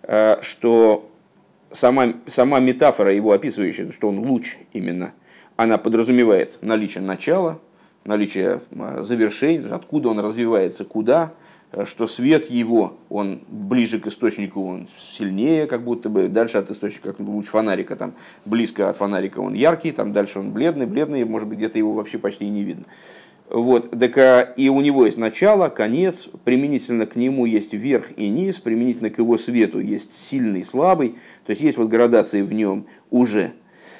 что сама метафора его описывающая, что он луч именно, она подразумевает наличие начала, наличие завершения, откуда он развивается, куда, что свет его, он ближе к источнику, он сильнее, как будто бы, дальше от источника, как луч фонарика, там, близко от фонарика он яркий, там дальше он бледный, может быть, где-то его вообще почти и не видно. Вот, так, и у него есть начало, конец, применительно к нему есть верх и низ, применительно к его свету есть сильный, слабый, то есть есть вот градации в нем уже.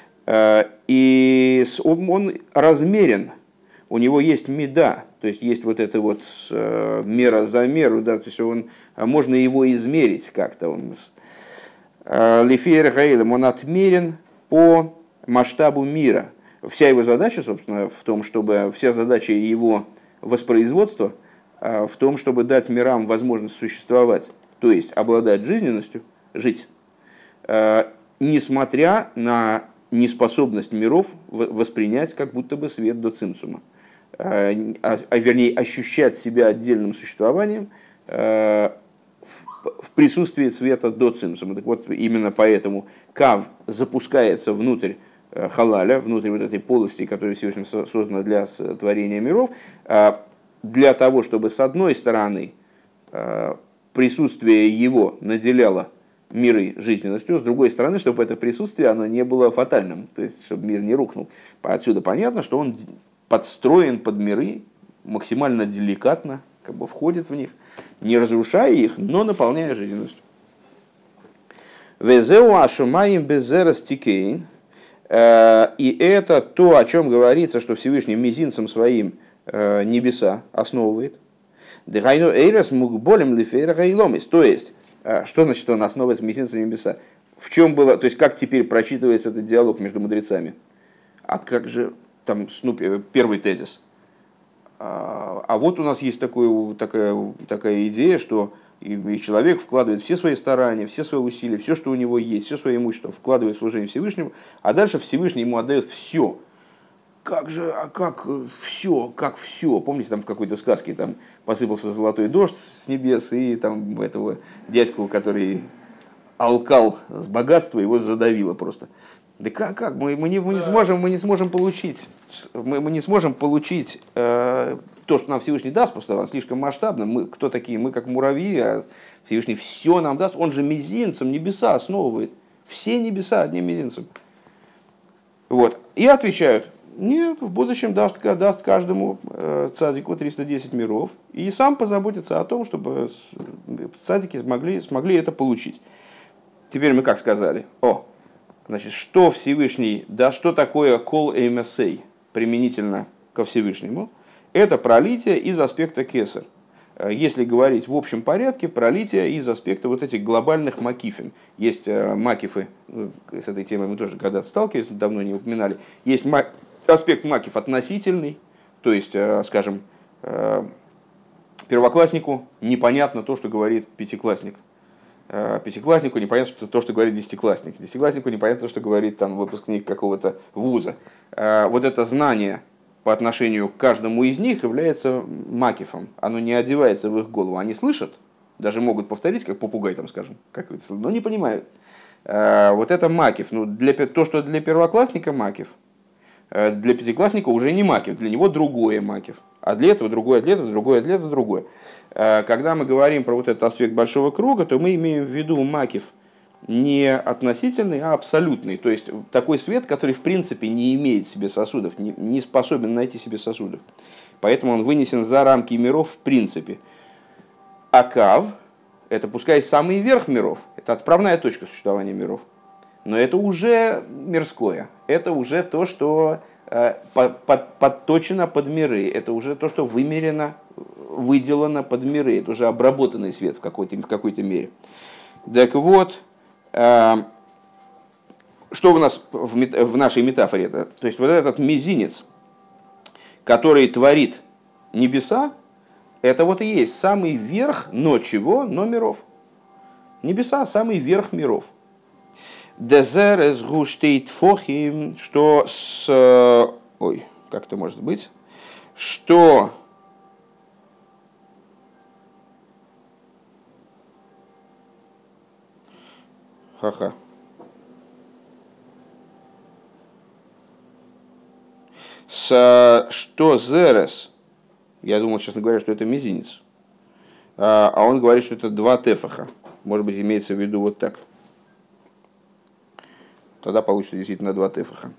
И он размерен, у него есть меда, то есть есть вот эта вот мера за меру, да, то есть можно его измерить как-то. Лифейр Хаилем, он отмерен по масштабу мира. Вся его задача, собственно, в том, чтобы вся задача его воспроизводства в том, чтобы дать мирам возможность существовать, то есть обладать жизненностью, жить, несмотря на неспособность миров воспринять как будто бы свет до цимсума, вернее ощущать себя отдельным существованием в в присутствии цвета до цимсума. Так вот, именно поэтому кав запускается внутрь халаля, внутрь вот этой полости, которая Всевышним создана для творения миров, для того, чтобы с одной стороны присутствие его наделяло миры жизненностью, с другой стороны, чтобы это присутствие оно не было фатальным, то есть чтобы мир не рухнул. Отсюда понятно, что он подстроен под миры, максимально деликатно как бы входит в них, не разрушая их, но наполняя жизненностью. Везеу ашумаим безерас тикейн. И это то, о чем говорится, что Всевышний мизинцем своим небеса основывает. Дыхайну эйрас мукболем лифейра гайломис. То есть, что значит он основывает мизинцем небеса? В чем было, то есть, как теперь прочитывается этот диалог между мудрецами? А как же там первый тезис? А вот у нас есть такая идея, что и человек вкладывает все свои старания, все свои усилия, все, что у него есть, все свое имущество, вкладывает в служение Всевышнему, а дальше Всевышний ему отдает все. Как же, как все? Помните, там в какой-то сказке там посыпался золотой дождь с небес, и там этого дядьку, который алкал с богатства, его задавило просто. Да как? Мы не сможем получить то, что нам Всевышний даст, просто он слишком масштабно. Мы кто такие? Мы как муравьи, а Всевышний все нам даст. Он же мизинцем небеса основывает. Все небеса одним мизинцем. Вот. И отвечают: нет, в будущем даст каждому цадику 310 миров. И сам позаботится о том, чтобы цадики смогли это получить. Теперь мы как сказали? Значит, что Всевышний, да, что такое кол эймэсэй применительно ко Всевышнему? Это пролитие из аспекта кесар. Если говорить в общем порядке, пролитие из аспекта вот этих глобальных макифин. Есть макифы, с этой темой мы тоже когда-то сталкивались, давно не упоминали. Есть аспект макиф относительный, то есть, скажем, первокласснику непонятно то, что говорит пятиклассник. Пятикласснику непонятно то, что говорит десятиклассник. Десятикласснику непонятно то, что говорит там выпускник какого-то вуза. Вот это знание по отношению к каждому из них является макифом. Оно не одевается в их голову. Они слышат, даже могут повторить, как попугай, там, скажем, но не понимают. Вот это макиф. То, что для первоклассника макиф, для пятиклассника уже не макиф, для него другое макиф. А для этого другое, для этого другое, для этого другое. Когда мы говорим про вот этот аспект большого круга, то мы имеем в виду макиф не относительный, а абсолютный. То есть такой свет, который в принципе не имеет в себе сосудов, не способен найти себе сосудов. Поэтому он вынесен за рамки миров в принципе. А кав — это пускай самый верх миров, это отправная точка существования миров. Но это уже мирское, это уже то, что подточено под миры, это уже то, что вымерено, выделано под миры, это уже обработанный свет в какой-то мере. Так вот, что у нас в нашей метафоре? То есть вот этот мизинец, который творит небеса, это вот и есть самый верх, но чего? Но миров. Небеса — самый верх миров. Дезерес гуштейт фохим, что с... Ой, как это может быть? Что... Ха-ха. Что зерес? Я думал, честно говоря, что это мизинец. А он говорит, что это два тефаха. Может быть, имеется в виду вот так. Тогда получится действительно два тефаха.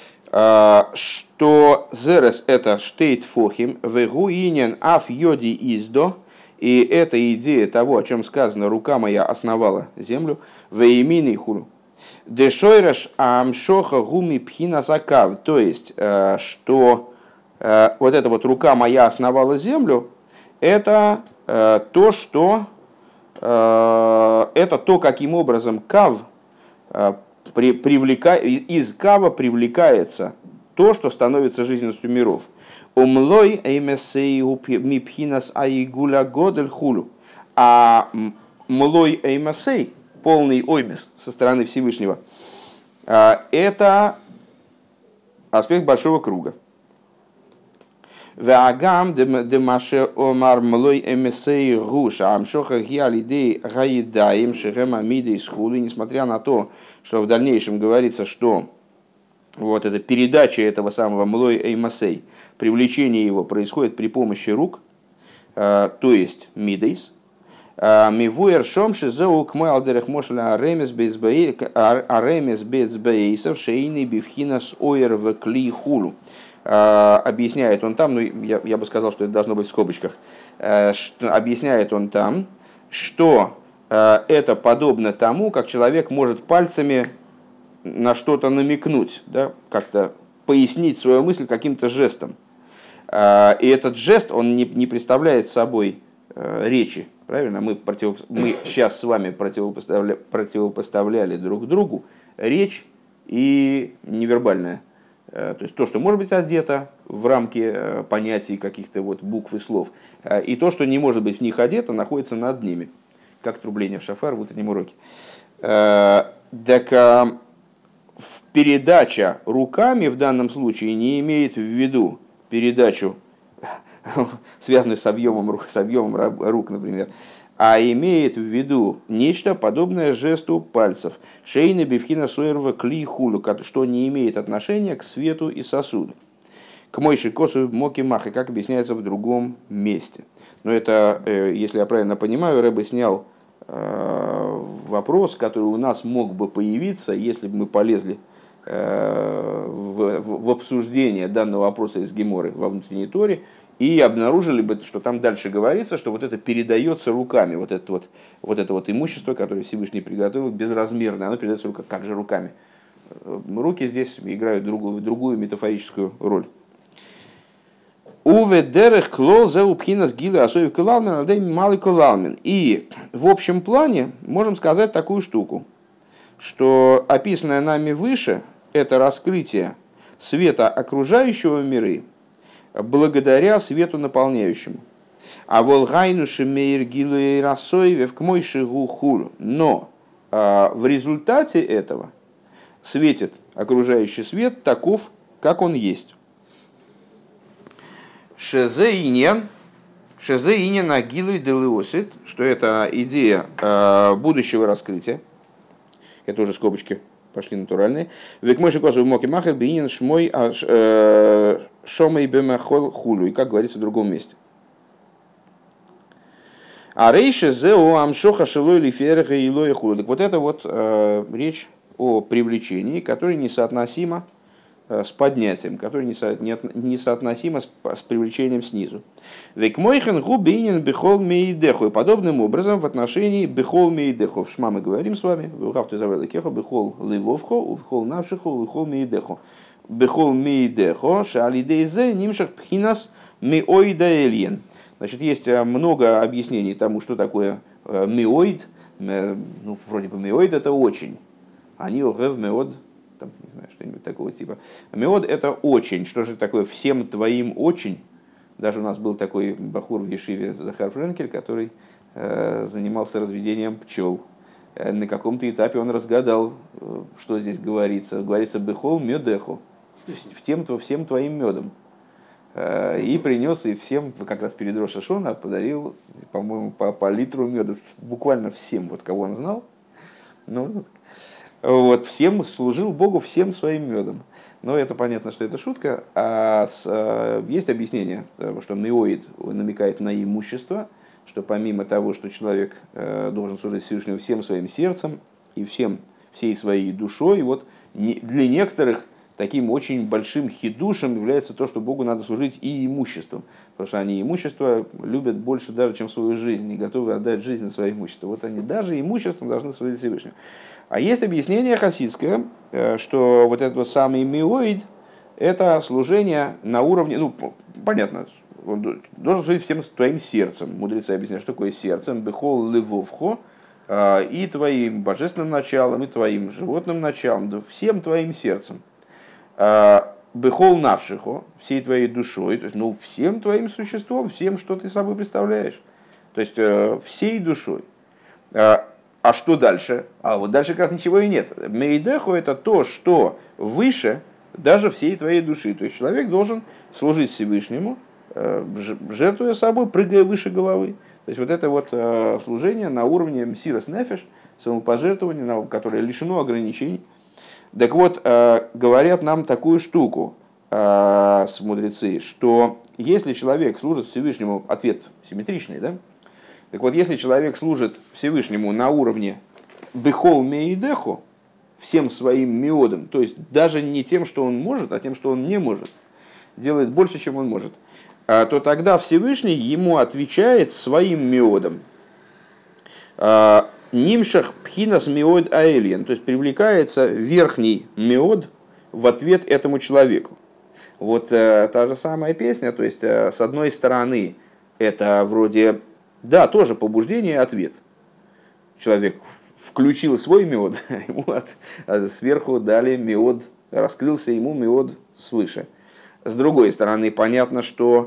Что зерес — это штейт фохим, вегуинен аф йоди издо, и это идея того, о чем сказано: рука моя основала землю, веимины хуру. Дешойраш амшоха гуми пхина закав, то есть, что вот эта вот рука моя основала землю, это то, что это то, каким образом кав из кава привлекается то, что становится жизненностью миров. Умлой эймесей мипхинас аигуля годель хулю. А млой эймесей, полный оймес со стороны Всевышнего, это аспект большого круга. Ваагам демаше омар млой эмсей руша амшоха гиалидей гаидаем шехема мидей схуды. Несмотря на то, что в дальнейшем говорится, что вот эта передача этого самого млой эмсей, привлечение его происходит при помощи рук, то есть мидейс. Мивуэр шомши зоук мой алдерех мошля аремес бецбейсов шейный бифхинас оер в кли хулу. Объясняет он там, ну я бы сказал, что это должно быть в скобочках, объясняет он там, что это подобно тому, как человек может пальцами на что-то намекнуть, да, как-то пояснить свою мысль каким-то жестом. И этот жест, он не представляет собой речи. Правильно? Мы сейчас с вами противопоставляли друг другу речь и невербальное. То есть то, что может быть одето в рамки понятий каких-то вот букв и слов, и то, что не может быть в них одето, находится над ними, как трубление в шафар в утреннем уроке. Так передача руками в данном случае не имеет в виду передачу, связанную с объемом рук, например, а имеет в виду нечто подобное жесту пальцев. Шейна бифхина сойрва кли хулу, что не имеет отношения к свету и сосуду. К мойши косу моки махи, как объясняется в другом месте. Но это, если я правильно понимаю, Рэбе снял вопрос, который у нас мог бы появиться, если бы мы полезли в обсуждение данного вопроса из Геморы во внутренней Торе, и обнаружили бы, что там дальше говорится, что вот это передается руками, вот это вот имущество, которое Всевышний приготовил, безразмерное, оно передается руками. Как же руками? Руки здесь играют другую метафорическую роль. Уве дерех клол за упхинас гилы асоев кулалмен, адей малый кулалмен. И в общем плане можем сказать такую штуку, что описанное нами выше, это раскрытие света окружающего миры, благодаря свету наполняющему. А волгайну шемейр гилу и рассоевев к мойши гухулю. Но в результате этого светит окружающий свет таков, как он есть. Шезеинен агилу и делиосит, что это идея будущего раскрытия. Это уже скобочки пошли натуральные. Век мой шикосу моки махер бинин шмой шомей бемахол хулю. И как говорится в другом месте. А рейше зео амшоха шилой лифереха и лоя хулю. Так вот это вот речь о привлечении, которое несоотносимо с поднятием, которое несоотносимо с привлечением снизу. Век мойхен гу бинин бехол мейдеху. И подобным образом в отношении бехол мейдеху. В Шма мы говорим с вами. Вухавту завел кехо бехол ливовхо, увхол навшихо, увхол мейдеху. Бехол мейдеху шалидейзе нимшах пхинас меоида эльен. Значит, есть много объяснений тому, что такое меоид. Ну, вроде бы меоид это очень. Они огев меод. Там, не знаю, что-нибудь такого типа. Меод это очень. Что же такое всем твоим очень? Даже у нас был такой бахур в Ешиве Захар Френкель, который занимался разведением пчел. На каком-то этапе он разгадал, что здесь говорится. Говорится бехол медеху. Всем твоим медом. И принес, и всем, как раз перед Рош ха-Шана, подарил, по-моему, по литру меда. Буквально всем, вот кого он знал. Ну, вот, всем служил Богу всем своим медом. Но это понятно, что это шутка. Есть объяснение, что меоид намекает на имущество, что помимо того, что человек должен служить Всевышнему всем своим сердцем и всей своей душой, вот для некоторых таким очень большим хидушем является то, что Богу надо служить и имуществом. Потому что они имущество любят больше даже, чем свою жизнь, и готовы отдать жизнь за свое имущество. Вот они даже имуществом должны служить Всевышнему. А есть объяснение хасидское, что вот этот вот самый меоид – это служение на уровне, ну, понятно, он должен служить всем твоим сердцем. Мудрецы объясняют, что такое сердцем, бехол левовхо, и твоим божественным началом, и твоим животным началом, всем твоим сердцем. Бехол навшихо, всей твоей душой, то есть, ну, всем твоим существом, всем, что ты собой представляешь, то есть всей душой. А что дальше? А вот дальше как раз ничего и нет. Мейдеху – это то, что выше даже всей твоей души. То есть человек должен служить Всевышнему жертвуя собой, прыгая выше головы. То есть вот это вот служение на уровне мсирос нефеш, самопожертвование, которое лишено ограничений. Так вот, говорят нам такую штуку мудрецы, что если человек служит Всевышнему, ответ симметричный, да? Так вот, если человек служит Всевышнему на уровне бехол меидеху, всем своим миодом, то есть даже не тем, что он может, а тем, что он не может, делает больше, чем он может, то тогда Всевышний ему отвечает своим миодом. Нимшах пхинас миод аэльен, то есть привлекается верхний миод в ответ этому человеку. Вот та же самая песня, то есть с одной стороны это вроде, да, тоже побуждение и ответ. Человек включил свой миод, ему сверху дали миод, раскрылся ему миод свыше. С другой стороны, понятно, что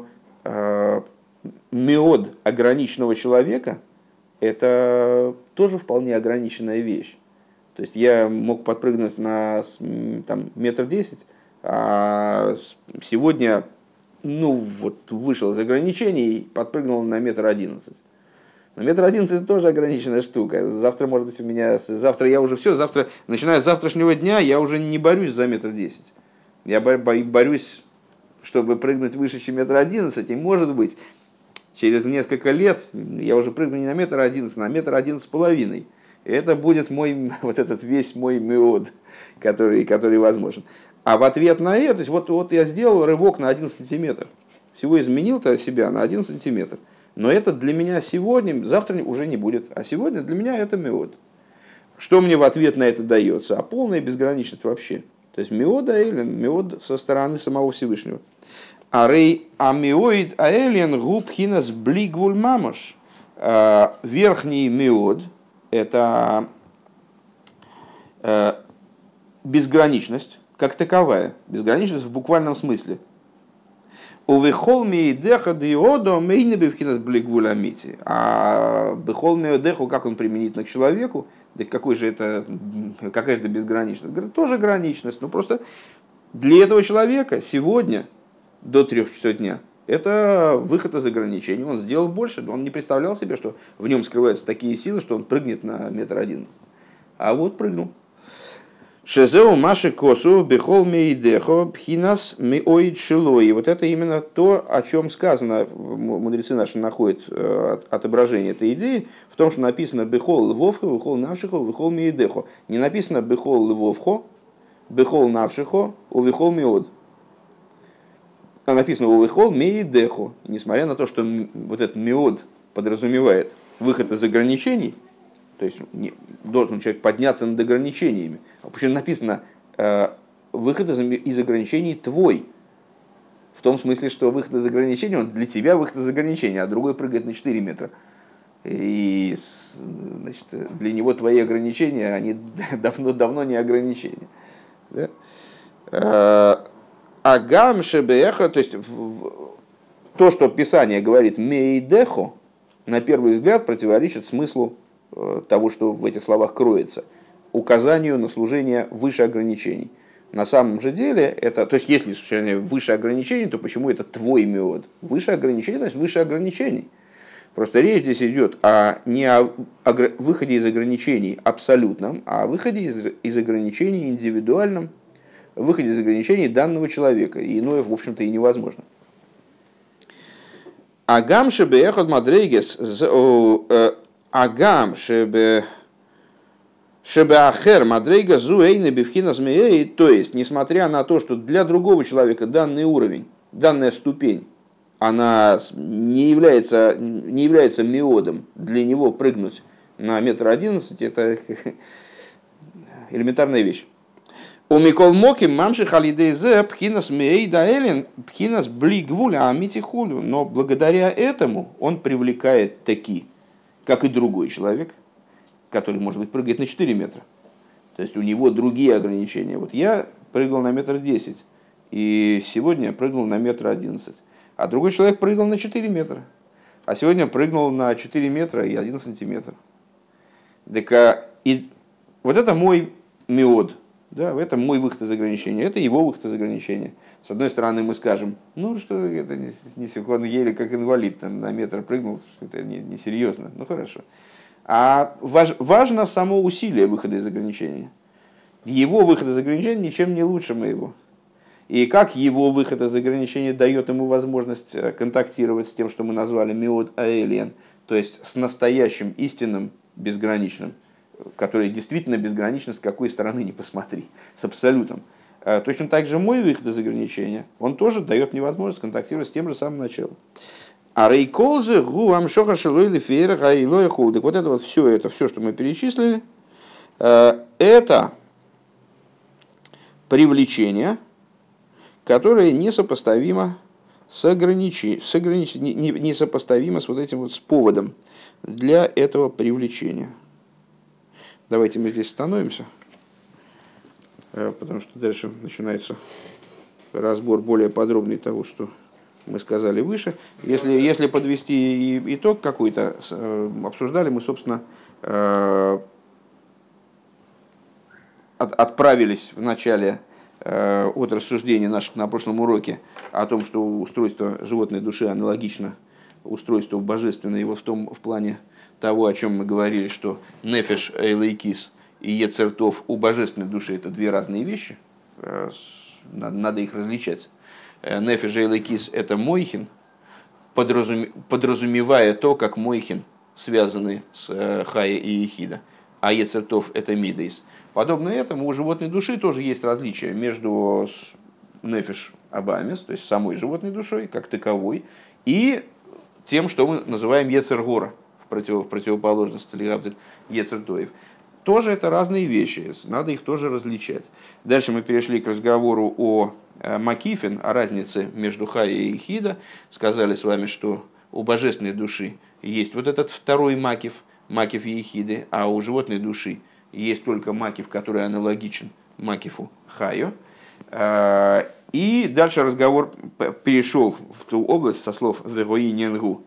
миод ограниченного человека это тоже вполне ограниченная вещь. То есть я мог подпрыгнуть на метр 10, а сегодня вышел из ограничений и подпрыгнул на метр 11. Но метр 11 это тоже ограниченная штука. Завтра, может быть, завтра я уже все, завтра, начиная с завтрашнего дня, я уже не борюсь за метр 10. Я борюсь, чтобы прыгнуть выше, чем метр 11, и может быть, через несколько лет я уже прыгну не на метр 11, а на метр 11,5. И это будет вот этот весь мой миод, который возможен. А в ответ на это, то есть вот я сделал рывок на 1 сантиметр. Всего изменил-то себя на 1 сантиметр. Но это для меня сегодня, завтра уже не будет. А сегодня для меня это миод. Что мне в ответ на это дается? А полная безграничность вообще. То есть миод аэлен, миод со стороны самого Всевышнего. Арей амиоид аэлен губхинас блигвуль мамош. Верхний миод – это безграничность как таковая. Безграничность в буквальном смысле. Увехол миидеха диодо мейне бивхинас блигвуль амити. А бехол миидеху, как он применительно к человеку, да какая же это безграничность? Говорит, тоже граничность. Но просто для этого человека сегодня до 3 часов дня это выход из ограничений. Он сделал больше, он не представлял себе, что в нем скрываются такие силы, что он прыгнет на метр 11. А вот прыгнул. Шезеу маши косу бехол мейдехо пхинас миоид шилой. Вот это именно то, о чем сказано, мудрецы наши находят отображение этой идеи, в том, что написано бехол лвовхо, бехол навшихо, бехол мейдехо. Не написано бехол лвовхо, бехол навшихо, увехол миод. А написано увехол мейдехо. Несмотря на то, что вот этот миод подразумевает выход из ограничений, то есть должен человек подняться над ограничениями. А почему написано выход из ограничений твой? В том смысле, что выход из ограничений, он для тебя выход из ограничений, а другой прыгает на 4 метра. И значит, для него твои ограничения, они давно не ограничения. Да? Агам шебеха, то есть то, что Писание говорит мейдехо, на первый взгляд противоречит смыслу того, что в этих словах кроется, указанию на служение выше ограничений. На самом же деле, это, то есть если служение выше ограничений, то почему это твой миод? Выше ограничений, значит выше ограничений. Просто речь здесь идет не о выходе из ограничений абсолютном, а о выходе из ограничений индивидуальном, выходе из ограничений данного человека. И иное, в общем-то, и невозможно. Агам шебе эхот мадрейгес Агам шебе ахер мадрейга зуэйна бифхина змеей, то есть, несмотря на то, что для другого человека данный уровень, данная ступень, она не является миодом, для него прыгнуть на метр 11, это элементарная вещь. У Микол Моки мамши халидейзе пхинас меей даэлен пхинас блигвуля амитихулю, но благодаря этому он привлекает таки, как и другой человек, который, может быть, прыгает на 4 метра. То есть у него другие ограничения. Вот я прыгал на метр 10, и сегодня прыгнул на метр 11. А другой человек прыгал на 4 метра. А сегодня прыгнул на 4 метра и 1 сантиметр. Так, и вот это мой миод. Да, это мой выход из ограничения, это его выход из ограничения. С одной стороны, мы скажем, ну что, это не он еле как инвалид там, на метр прыгнул, это не серьезно, ну хорошо. А важно само усилие выхода из ограничения. Его выход из ограничения ничем не лучше моего. И как его выход из ограничения дает ему возможность контактировать с тем, что мы назвали меод аэлиен, то есть с настоящим истинным безграничным, который действительно безграничен, с какой стороны ни посмотри, с абсолютом. Точно так же мой выход из ограничения, он тоже дает мне возможность контактировать с тем же самым началом. А рейколзе гуам шоха шилойли фейра гаилоя худик. Вот это вот все, что мы перечислили, это привлечение, которое несопоставимо несопоставимо с вот этим вот с поводом для этого привлечения. Давайте мы здесь остановимся, потому что дальше начинается разбор более подробный того, что мы сказали выше. Если подвести итог какой-то, обсуждали мы, собственно, отправились в начале от рассуждений наших на прошлом уроке о том, что устройство животной души аналогично устройству божественной, его в плане того, о чем мы говорили, что нефеш эйлейкис и ецертов у божественной души это две разные вещи, надо их различать. Нефеш эйлейкис это мойхин, подразумевая то, как мойхин связаны с хая и ехида, а ецертов это мидейс. Подобно этому у животной души тоже есть различия между нефеш абамис, то есть самой животной душой как таковой, и тем, что мы называем ецергора, в противоположность ецертоев. Тоже это разные вещи, надо их тоже различать. Дальше мы перешли к разговору о макифин, о разнице между хая и ехида. Сказали с вами, что у божественной души есть вот этот второй макиф, макиф ехиды, а у животной души есть только макиф, который аналогичен макифу хаю. И дальше разговор перешел в ту область со слов «вегои ненгу»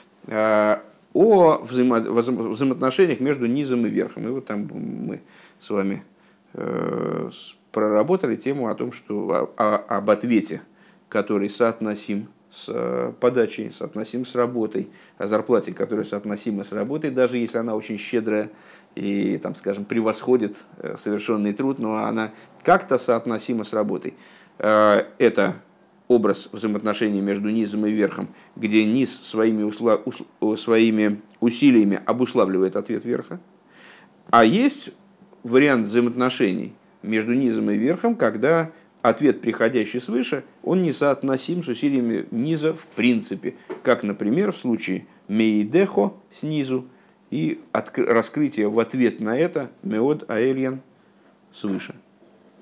о взаимоотношениях между низом и верхом. И вот там мы с вами проработали тему о том, что об ответе, который соотносим с подачей, соотносим с работой, о зарплате, которая соотносима с работой, даже если она очень щедрая и, там, скажем, превосходит совершенный труд, но она как-то соотносима с работой. Это образ взаимоотношений между низом и верхом, где низ своими усилиями обуславливает ответ верха. А есть вариант взаимоотношений между низом и верхом, когда ответ, приходящий свыше, он несоотносим с усилиями низа в принципе, как, например, в случае мейдехо снизу и раскрытие в ответ на это меод аэльян свыше.